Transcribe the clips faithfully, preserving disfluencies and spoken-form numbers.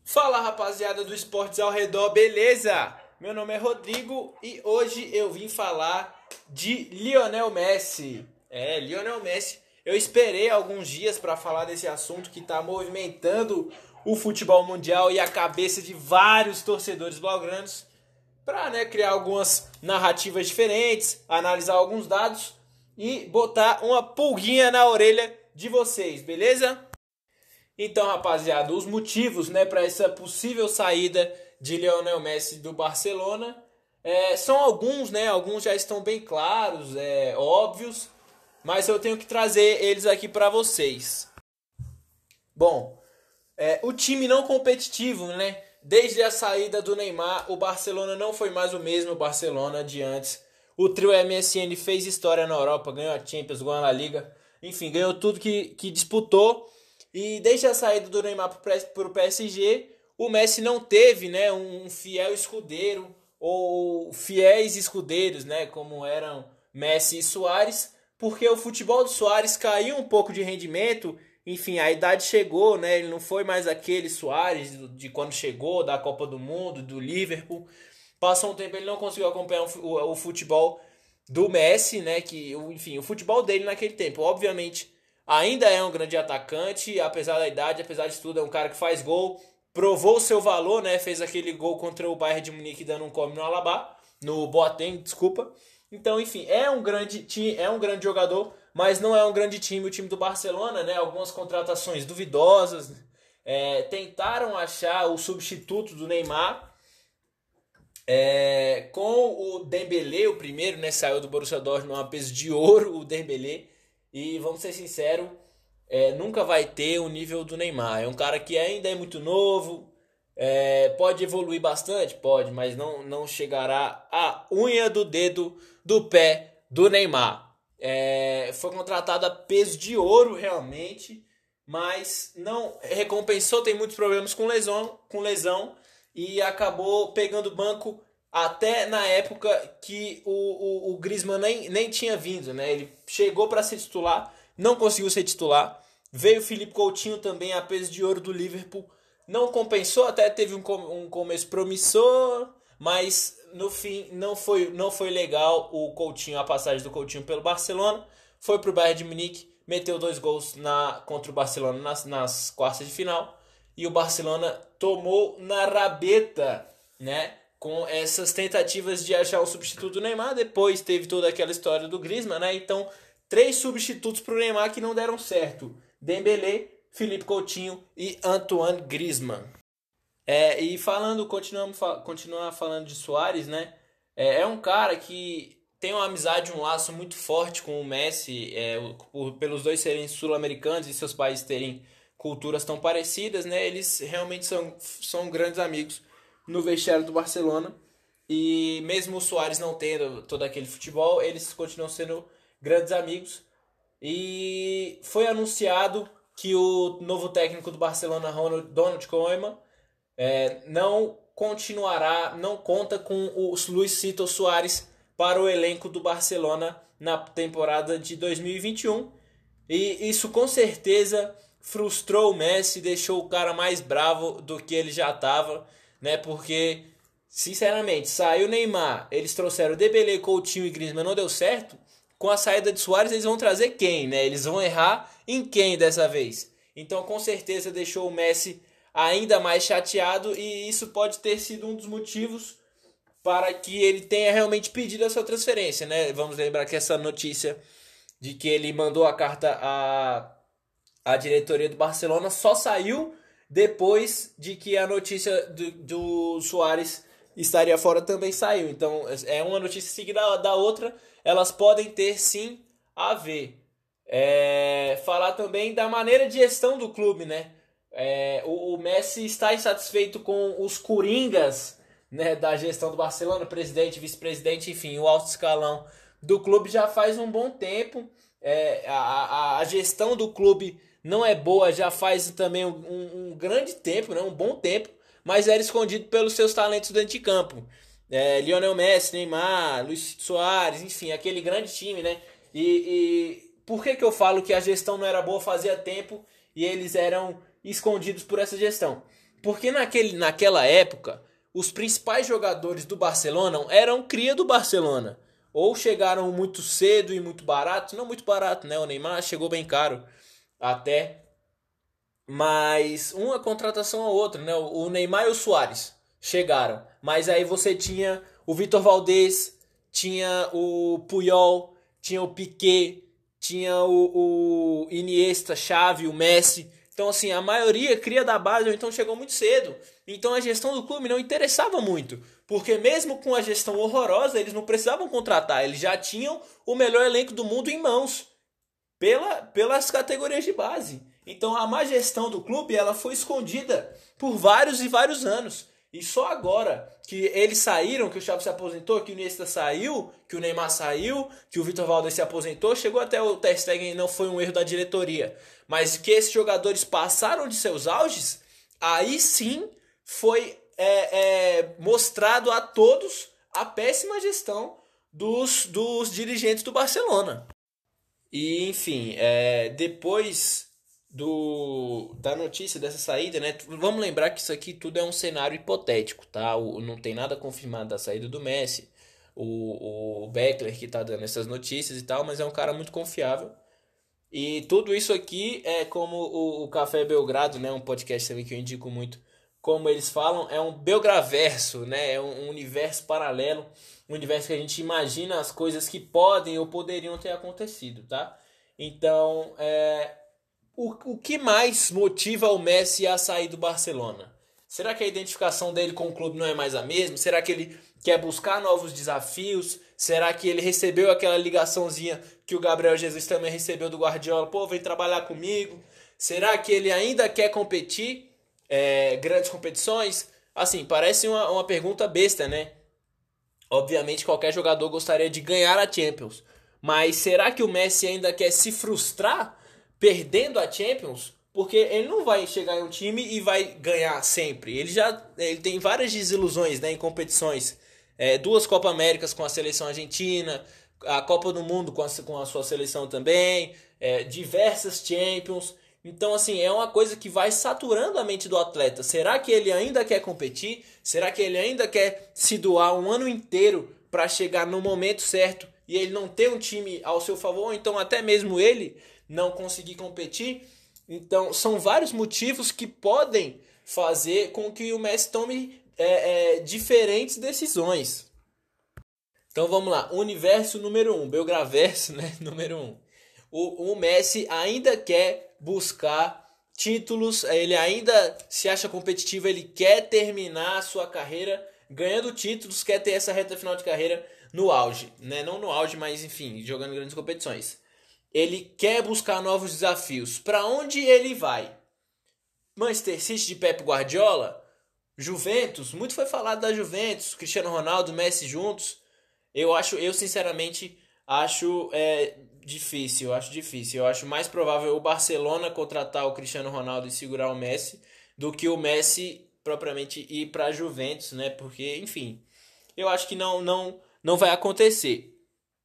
Fala, rapaziada do Esportes ao Redor, beleza? Meu nome é Rodrigo e hoje eu vim falar de Lionel Messi. É, Lionel Messi. Eu esperei alguns dias para falar desse assunto que está movimentando o futebol mundial e a cabeça de vários torcedores blaugranos para, né, criar algumas narrativas diferentes, analisar alguns dados e botar uma pulguinha na orelha de vocês, beleza? Então, rapaziada, os motivos, né, para essa possível saída de Lionel Messi do Barcelona é, são alguns, né? Alguns já estão bem claros, é, óbvios, mas eu tenho que trazer eles aqui para vocês. Bom, é, o time não competitivo, né? Desde a saída do Neymar, o Barcelona não foi mais o mesmo Barcelona de antes. O trio M S N fez história na Europa, ganhou a Champions, ganhou a La Liga, enfim, ganhou tudo que, que disputou. E desde a saída do Neymar para o P S G, o Messi não teve, né, um fiel escudeiro ou fiéis escudeiros, né, como eram Messi e Suárez, porque o futebol do Suárez caiu um pouco de rendimento. Enfim, a idade chegou, né, ele não foi mais aquele Suárez de quando chegou, da Copa do Mundo, do Liverpool. Passou um tempo, ele não conseguiu acompanhar o futebol do Messi, né, que, enfim, o futebol dele naquele tempo, obviamente, ainda é um grande atacante, apesar da idade, apesar de tudo, é um cara que faz gol, provou o seu valor, né? Fez aquele gol contra o Bayern de Munique dando um come no Alaba, no Boateng, desculpa. Então, enfim, é um grande time, é um grande jogador, mas não é um grande time o time do Barcelona, né? Algumas contratações duvidosas, é, tentaram achar o substituto do Neymar. É, com o Dembélé, o primeiro, né? Saiu do Borussia Dortmund a peso de ouro, o Dembélé. E vamos ser sinceros, é, nunca vai ter o nível do Neymar. É um cara que ainda é muito novo, é, pode evoluir bastante, pode, mas não, não chegará à unha do dedo do pé do Neymar. É, foi contratado a peso de ouro realmente, mas não recompensou, tem muitos problemas com lesão, com lesão e acabou pegando banco até na época que o, o, o Griezmann nem, nem tinha vindo, né? Ele chegou para ser titular, não conseguiu ser titular. Veio o Philippe Coutinho também, a peso de ouro do Liverpool. Não compensou, até teve um, um começo promissor, mas no fim não foi, não foi legal o Coutinho, a passagem do Coutinho pelo Barcelona. Foi pro Bayern de Munique, meteu dois gols na, contra o Barcelona nas, nas quartas de final. E o Barcelona tomou na rabeta, né? Com essas tentativas de achar o substituto do Neymar. Depois teve toda aquela história do Griezmann, né? Então, três substitutos para o Neymar que não deram certo. Dembélé, Philippe Coutinho e Antoine Griezmann. É, e falando, continuamos continuar falando de Suárez, né? É, é um cara que tem uma amizade, um laço muito forte com o Messi, é, por, pelos dois serem sul-americanos e seus pais terem culturas tão parecidas, né? Eles realmente são, são grandes amigos no vestiário do Barcelona. E mesmo o Suárez não tendo todo aquele futebol, eles continuam sendo grandes amigos. E foi anunciado que o novo técnico do Barcelona, Ronald, Donald Koeman, é, não continuará, não conta com o Luis Cito Suárez para o elenco do Barcelona na temporada de dois mil e vinte e um. E isso com certeza frustrou o Messi, deixou o cara mais bravo do que ele já estava, né? Porque, sinceramente, saiu o Neymar, eles trouxeram o Dembélé, Coutinho e Griezmann, não deu certo. Com a saída de Suárez, eles vão trazer quem, né? Eles vão errar em quem dessa vez? Então, com certeza, deixou o Messi ainda mais chateado e isso pode ter sido um dos motivos para que ele tenha realmente pedido essa transferência, né? Vamos lembrar que essa notícia de que ele mandou a carta à, à diretoria do Barcelona só saiu depois de que a notícia do, do Suárez estaria fora também saiu. Então, é uma notícia seguida da outra, elas podem ter sim a ver. É, falar também da maneira de gestão do clube, né? É, o, o Messi está insatisfeito com os coringas, né, da gestão do Barcelona, presidente, vice-presidente, enfim, o alto escalão do clube já faz um bom tempo. É, a, a, a gestão do clube não é boa já faz também um, um, um grande tempo, né, um bom tempo, mas era escondido pelos seus talentos dentro de campo. É, Lionel Messi, Neymar, Luis Suárez, enfim, aquele grande time, né? E, e por que que eu falo que a gestão não era boa fazia tempo e eles eram escondidos por essa gestão? Porque naquele, naquela época, os principais jogadores do Barcelona eram cria do Barcelona. Ou chegaram muito cedo e muito barato. Não muito barato, né? O Neymar chegou bem caro até. Mas uma contratação a outra, né? O Neymar e o Suárez chegaram. Mas aí você tinha o Vitor Valdez, tinha o Puyol, tinha o Piqué, tinha o, o Iniesta, Xavi, o Messi. Então, assim, a maioria cria da base ou então chegou muito cedo. Então a gestão do clube não interessava muito. Porque mesmo com a gestão horrorosa, eles não precisavam contratar. Eles já tinham o melhor elenco do mundo em mãos. Pela, pelas categorias de base. Então a má gestão do clube ela foi escondida por vários e vários anos. E só agora que eles saíram, que o Xavi se aposentou, que o Iniesta saiu, que o Neymar saiu, que o Vitor Valdez se aposentou, chegou até o Ter Stegen, não foi um erro da diretoria. Mas que esses jogadores passaram de seus auges, aí sim foi é, é, mostrado a todos a péssima gestão dos, dos dirigentes do Barcelona. E, enfim, é, depois do, da notícia dessa saída, né? Vamos lembrar que isso aqui tudo é um cenário hipotético, tá? O, não tem nada confirmado da saída do Messi. O, o Beckler que tá dando essas notícias e tal, mas é um cara muito confiável. E tudo isso aqui é como o, o Café Belgrado, né? Um podcast também que eu indico muito. Como eles falam, é um Belgraverso, né? É um, um universo paralelo. Um universo que a gente imagina as coisas que podem ou poderiam ter acontecido, tá? Então, é, o, o que mais motiva o Messi a sair do Barcelona? Será que a identificação dele com o clube não é mais a mesma? Será que ele quer buscar novos desafios? Será que ele recebeu aquela ligaçãozinha que o Gabriel Jesus também recebeu do Guardiola? Pô, vem trabalhar comigo. Será que ele ainda quer competir? É, grandes competições? Assim, parece uma, uma pergunta besta, né? Obviamente qualquer jogador gostaria de ganhar a Champions. Mas será que o Messi ainda quer se frustrar perdendo a Champions? Porque ele não vai chegar em um time e vai ganhar sempre. Ele já ele tem várias desilusões, né, em competições. É, duas Copa Américas com a seleção argentina, a Copa do Mundo com a, com a sua seleção também, é, diversas Champions. Então, assim, é uma coisa que vai saturando a mente do atleta. Será que ele ainda quer competir? Será que ele ainda quer se doar um ano inteiro para chegar no momento certo e ele não ter um time ao seu favor? Ou então até mesmo ele não conseguir competir? Então, são vários motivos que podem fazer com que o Messi tome é, é, diferentes decisões. Então, vamos lá. Universo número um, Belgraverso, né? Número um. O, o Messi ainda quer buscar títulos, ele ainda se acha competitivo, ele quer terminar a sua carreira ganhando títulos, quer ter essa reta final de carreira no auge, né? Não no auge, mas enfim, jogando grandes competições. Ele quer buscar novos desafios. Para onde ele vai? Manchester City de Pep Guardiola? Juventus? Muito foi falado da Juventus, Cristiano Ronaldo, Messi juntos. Eu acho, eu sinceramente acho é, difícil, eu acho difícil. Eu acho mais provável o Barcelona contratar o Cristiano Ronaldo e segurar o Messi do que o Messi propriamente ir para a Juventus, né? Porque, enfim, eu acho que não, não, não vai acontecer.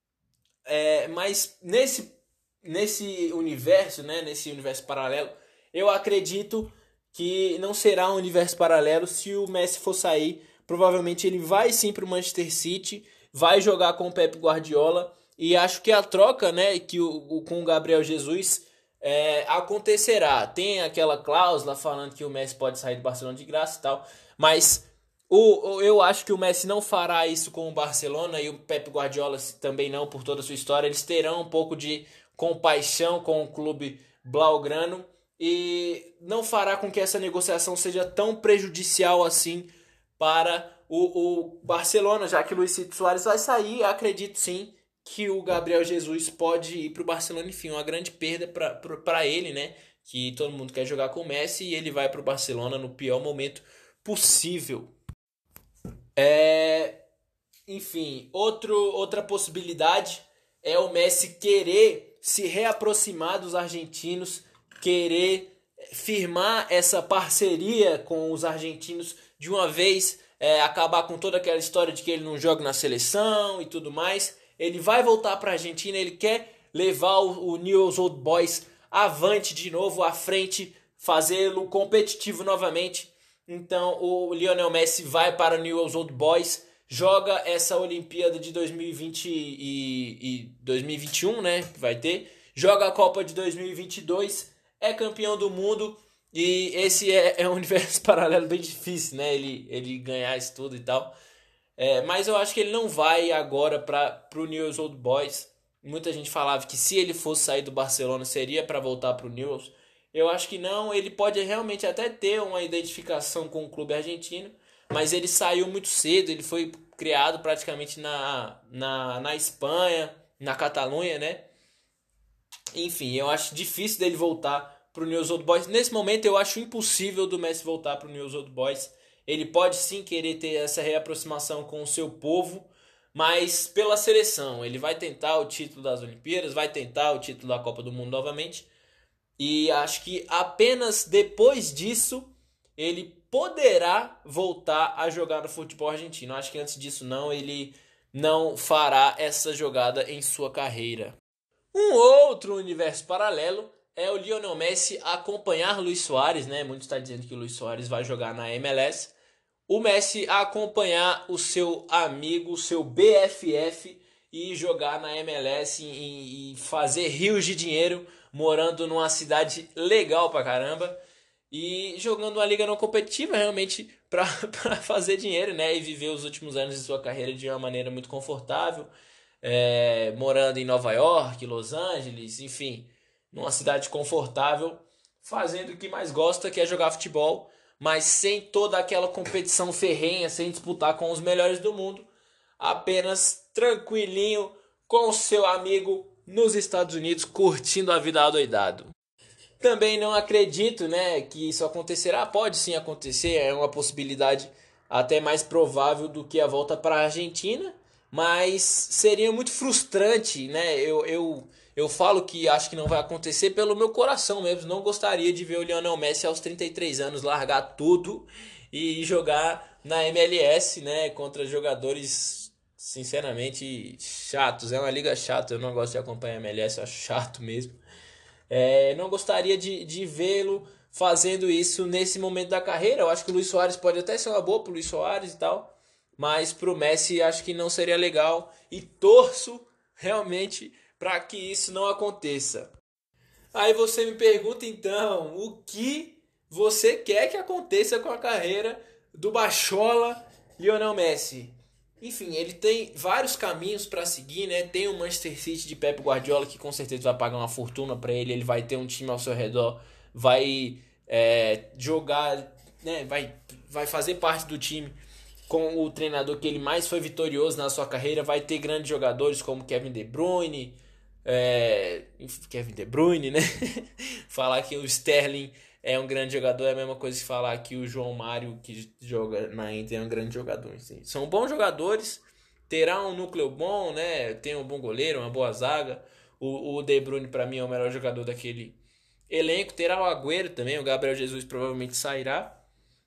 É, mas nesse, nesse universo, né? Nesse universo paralelo, eu acredito que não será um universo paralelo se o Messi for sair. Provavelmente ele vai sim para o Manchester City, vai jogar com o Pep Guardiola. E acho que a troca, né, que o, o, com o Gabriel Jesus é, acontecerá. Tem aquela cláusula falando que o Messi pode sair do Barcelona de graça e tal. Mas o, o, eu acho que o Messi não fará isso com o Barcelona e o Pep Guardiola também não, por toda a sua história. Eles terão um pouco de compaixão com o clube blaugrano e não fará com que essa negociação seja tão prejudicial assim para o, o Barcelona, já que o Luis Suárez vai sair. Acredito sim que o Gabriel Jesus pode ir para o Barcelona. Enfim, uma grande perda para ele, né? Que todo mundo quer jogar com o Messi e ele vai para o Barcelona no pior momento possível. É... Enfim, outro, outra possibilidade é o Messi querer se reaproximar dos argentinos, querer firmar essa parceria com os argentinos de uma vez, é, acabar com toda aquela história de que ele não joga na seleção e tudo mais. Ele vai voltar para a Argentina, ele quer levar o, o Newell's Old Boys avante de novo, à frente, fazê-lo competitivo novamente. Então o Lionel Messi vai para o Newell's Old Boys, joga essa Olimpíada de dois mil e vinte e, e dois mil e vinte e um, né, que vai ter, joga a Copa de dois mil e vinte e dois, é campeão do mundo, e esse é, é um universo paralelo bem difícil, né, ele, ele ganhar isso tudo e tal. É, mas eu acho que ele não vai agora para o Newell's Old Boys. Muita gente falava que se ele fosse sair do Barcelona seria para voltar para o Newell's. Eu acho que não, ele pode realmente até ter uma identificação com o clube argentino, mas ele saiu muito cedo, ele foi criado praticamente na, na, na Espanha, na Catalunha, né? Enfim, eu acho difícil dele voltar para o Newell's Old Boys. Nesse momento eu acho impossível do Messi voltar para o Newell's Old Boys. Ele pode sim querer ter essa reaproximação com o seu povo, mas pela seleção. Ele vai tentar o título das Olimpíadas, vai tentar o título da Copa do Mundo novamente. E acho que apenas depois disso ele poderá voltar a jogar no futebol argentino. Acho que antes disso não, ele não fará essa jogada em sua carreira. Um outro universo paralelo é o Lionel Messi acompanhar Luis Soares, né? Muitos estão dizendo que o Luis Soares vai jogar na M L S. O Messi acompanhar o seu amigo, o seu B F F e jogar na M L S e, e fazer rios de dinheiro morando numa cidade legal pra caramba e jogando uma liga não competitiva realmente pra, pra fazer dinheiro, né? E viver os últimos anos de sua carreira de uma maneira muito confortável, é, morando em Nova York, Los Angeles, enfim, numa cidade confortável, fazendo o que mais gosta, que é jogar futebol, mas sem toda aquela competição ferrenha, sem disputar com os melhores do mundo, apenas tranquilinho com o seu amigo nos Estados Unidos, curtindo a vida adoidado. Também não acredito, né, que isso acontecerá. Pode sim acontecer, é uma possibilidade até mais provável do que a volta para a Argentina, mas seria muito frustrante, né? Eu, eu, eu falo que acho que não vai acontecer pelo meu coração mesmo. Não gostaria de ver o Lionel Messi aos trinta e três anos largar tudo e jogar na M L S, né, contra jogadores sinceramente chatos. É uma liga chata, eu não gosto de acompanhar a M L S, eu acho chato mesmo. É, não gostaria de, de vê-lo fazendo isso nesse momento da carreira. Eu acho que o Luis Soares pode até ser uma boa pro Luis Soares e tal, mas pro Messi acho que não seria legal e torço realmente para que isso não aconteça. Aí você me pergunta então, o que você quer que aconteça com a carreira do Bachola Lionel Messi? Enfim, ele tem vários caminhos para seguir, né? Tem o Manchester City de Pep Guardiola, que com certeza vai pagar uma fortuna para ele. Ele vai ter um time ao seu redor, vai é, jogar, né? vai, vai fazer parte do time com o treinador que ele mais foi vitorioso na sua carreira. Vai ter grandes jogadores como Kevin De Bruyne, é, Kevin De Bruyne, né? Falar que o Sterling é um grande jogador é a mesma coisa que falar que o João Mário, que joga na Inter, é um grande jogador. Assim. São bons jogadores, terá um núcleo bom, né? Tem um bom goleiro, uma boa zaga. O, o De Bruyne, para mim, é o melhor jogador daquele elenco. Terá o Agüero também, o Gabriel Jesus provavelmente sairá.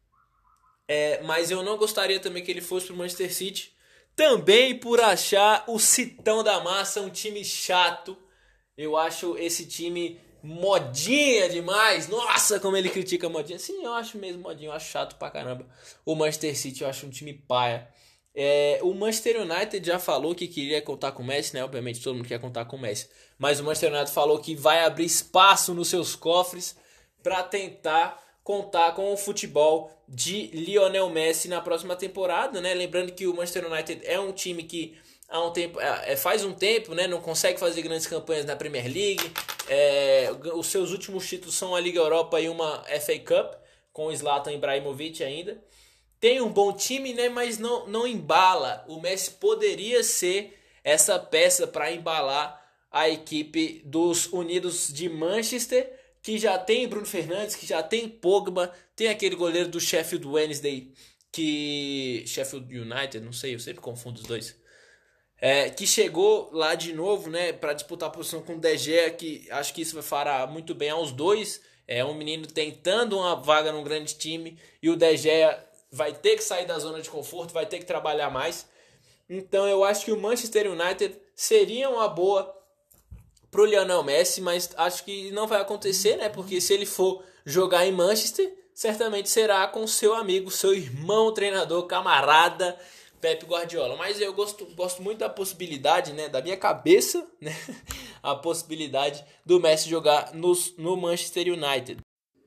É, mas eu não gostaria também que ele fosse pro Manchester City. Também por achar o Citão da Massa um time chato. Eu acho esse time modinha demais. Nossa, como ele critica modinha. Sim, eu acho mesmo modinha, eu acho chato pra caramba. O Manchester City eu acho um time paia. É, o Manchester United já falou que queria contar com o Messi, né? Obviamente todo mundo quer contar com o Messi. Mas o Manchester United falou que vai abrir espaço nos seus cofres para tentar contar com o futebol de Lionel Messi na próxima temporada, né? Lembrando que o Manchester United é um time que há um tempo, é, faz um tempo, né? Não consegue fazer grandes campanhas na Premier League. É, os seus últimos títulos são a Liga Europa e uma F A Cup, com o Zlatan Ibrahimovic ainda. Tem um bom time, né? Mas não, não embala. O Messi poderia ser essa peça para embalar a equipe dos Unidos de Manchester, que já tem Bruno Fernandes, que já tem Pogba, tem aquele goleiro do Sheffield Wednesday, que Sheffield United, não sei, eu sempre confundo os dois. É, que chegou lá de novo, né, para disputar a posição com o De Gea, que acho que isso vai fará muito bem aos dois. É um menino tentando uma vaga num grande time e o De Gea vai ter que sair da zona de conforto, vai ter que trabalhar mais. Então eu acho que o Manchester United seria uma boa pro Lionel Messi, mas acho que não vai acontecer, né, porque se ele for jogar em Manchester, certamente será com seu amigo, seu irmão, treinador, camarada, Pep Guardiola. Mas eu gosto, gosto muito da possibilidade, né, da minha cabeça, né, a possibilidade do Messi jogar no, no Manchester United.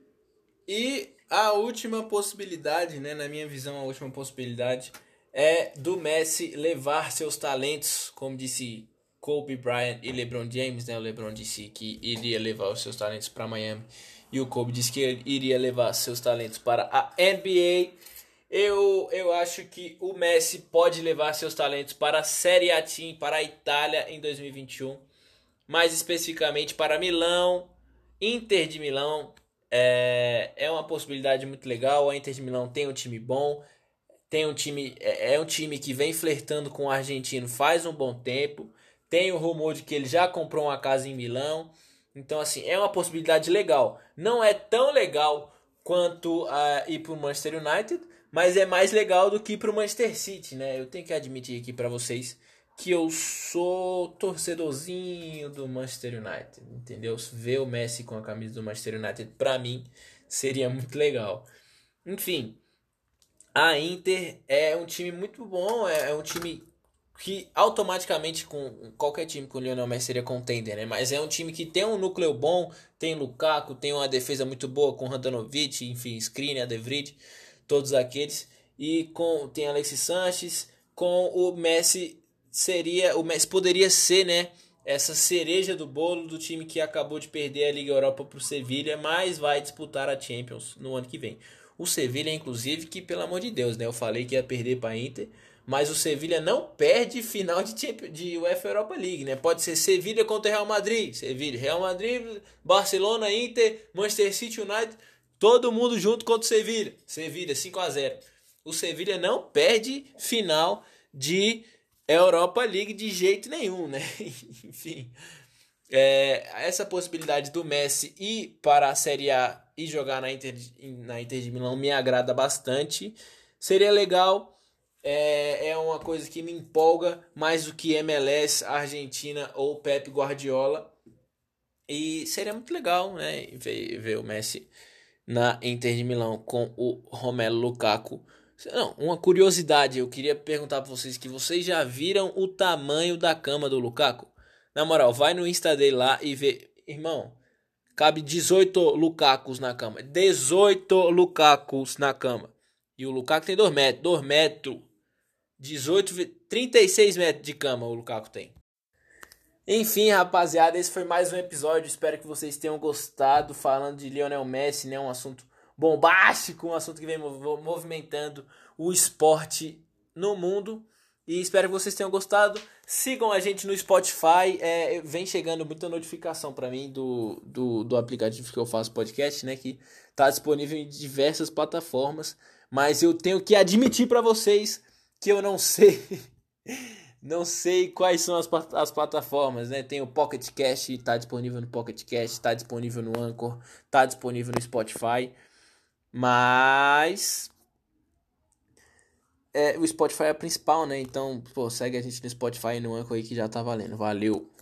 E a última possibilidade, né, na minha visão, a última possibilidade é do Messi levar seus talentos, como disse Kobe Bryant e LeBron James, né? O LeBron disse que iria levar os seus talentos para Miami e o Kobe disse que iria levar seus talentos para a N B A. Eu, eu acho que o Messi pode levar seus talentos para a Série A Team, para a Itália em dois mil e vinte e um, mais especificamente para Milão, Inter de Milão. É, é uma possibilidade muito legal. A Inter de Milão tem um time bom, tem um time, é, é um time que vem flertando com o argentino faz um bom tempo. Tem o rumor de que ele já comprou uma casa em Milão. Então, assim, é uma possibilidade legal. Não é tão legal quanto uh, ir para o Manchester United, mas é mais legal do que ir para o Manchester City, né? Eu tenho que admitir aqui para vocês que eu sou torcedorzinho do Manchester United, entendeu? Ver o Messi com a camisa do Manchester United, para mim, seria muito legal. Enfim, a Inter é um time muito bom, é, é um time que automaticamente com qualquer time com o Lionel Messi seria contender, né? Mas é um time que tem um núcleo bom, tem Lukaku, tem uma defesa muito boa com Handanovic, enfim, Skriniar, De Vrij, todos aqueles, e com tem Alexis Sanchez, com o Messi seria, o Messi poderia ser, né, essa cereja do bolo do time que acabou de perder a Liga Europa pro Sevilla, mas vai disputar a Champions no ano que vem. O Sevilla, inclusive, que pelo amor de Deus, né, eu falei que ia perder para Inter, mas o Sevilla não perde final de, Champions, de UEFA Europa League, né? Pode ser Sevilla contra Real Madrid, Sevilla, Real Madrid, Barcelona, Inter, Manchester City, United, todo mundo junto contra o Sevilla. Sevilla cinco a zero. O Sevilla não perde final de Europa League de jeito nenhum, né? Enfim, é, essa possibilidade do Messi ir para a Série A e jogar na Inter, na Inter de Milão me agrada bastante. Seria legal. É, é uma coisa que me empolga mais do que M L S, Argentina ou Pep Guardiola. E seria muito legal, né, ver, ver o Messi na Inter de Milão com o Romelu Lukaku. Não, uma curiosidade, eu queria perguntar para vocês que vocês já viram o tamanho da cama do Lukaku? Na moral, vai no Insta dele lá e vê, irmão, cabe dezoito Lukakus na cama. dezoito Lukakus na cama. E o Lukaku tem dois metros, dois metros. dezoito, trinta e seis metros de cama o Lukaku tem. Enfim, rapaziada, esse foi mais um episódio. Espero que vocês tenham gostado falando de Lionel Messi, né? Um assunto bombástico, um assunto que vem movimentando o esporte no mundo. E espero que vocês tenham gostado. Sigam a gente no Spotify. É, vem chegando muita notificação para mim do, do, do aplicativo que eu faço podcast, né? Que tá disponível em diversas plataformas. Mas eu tenho que admitir para vocês que eu não sei, não sei quais são as, as plataformas, né? Tem o Pocket Cast, tá disponível no Pocket Cast, tá disponível no Anchor, tá disponível no Spotify, mas é, o Spotify é a principal, né? Então, pô, segue a gente no Spotify e no Anchor aí que já tá valendo. Valeu!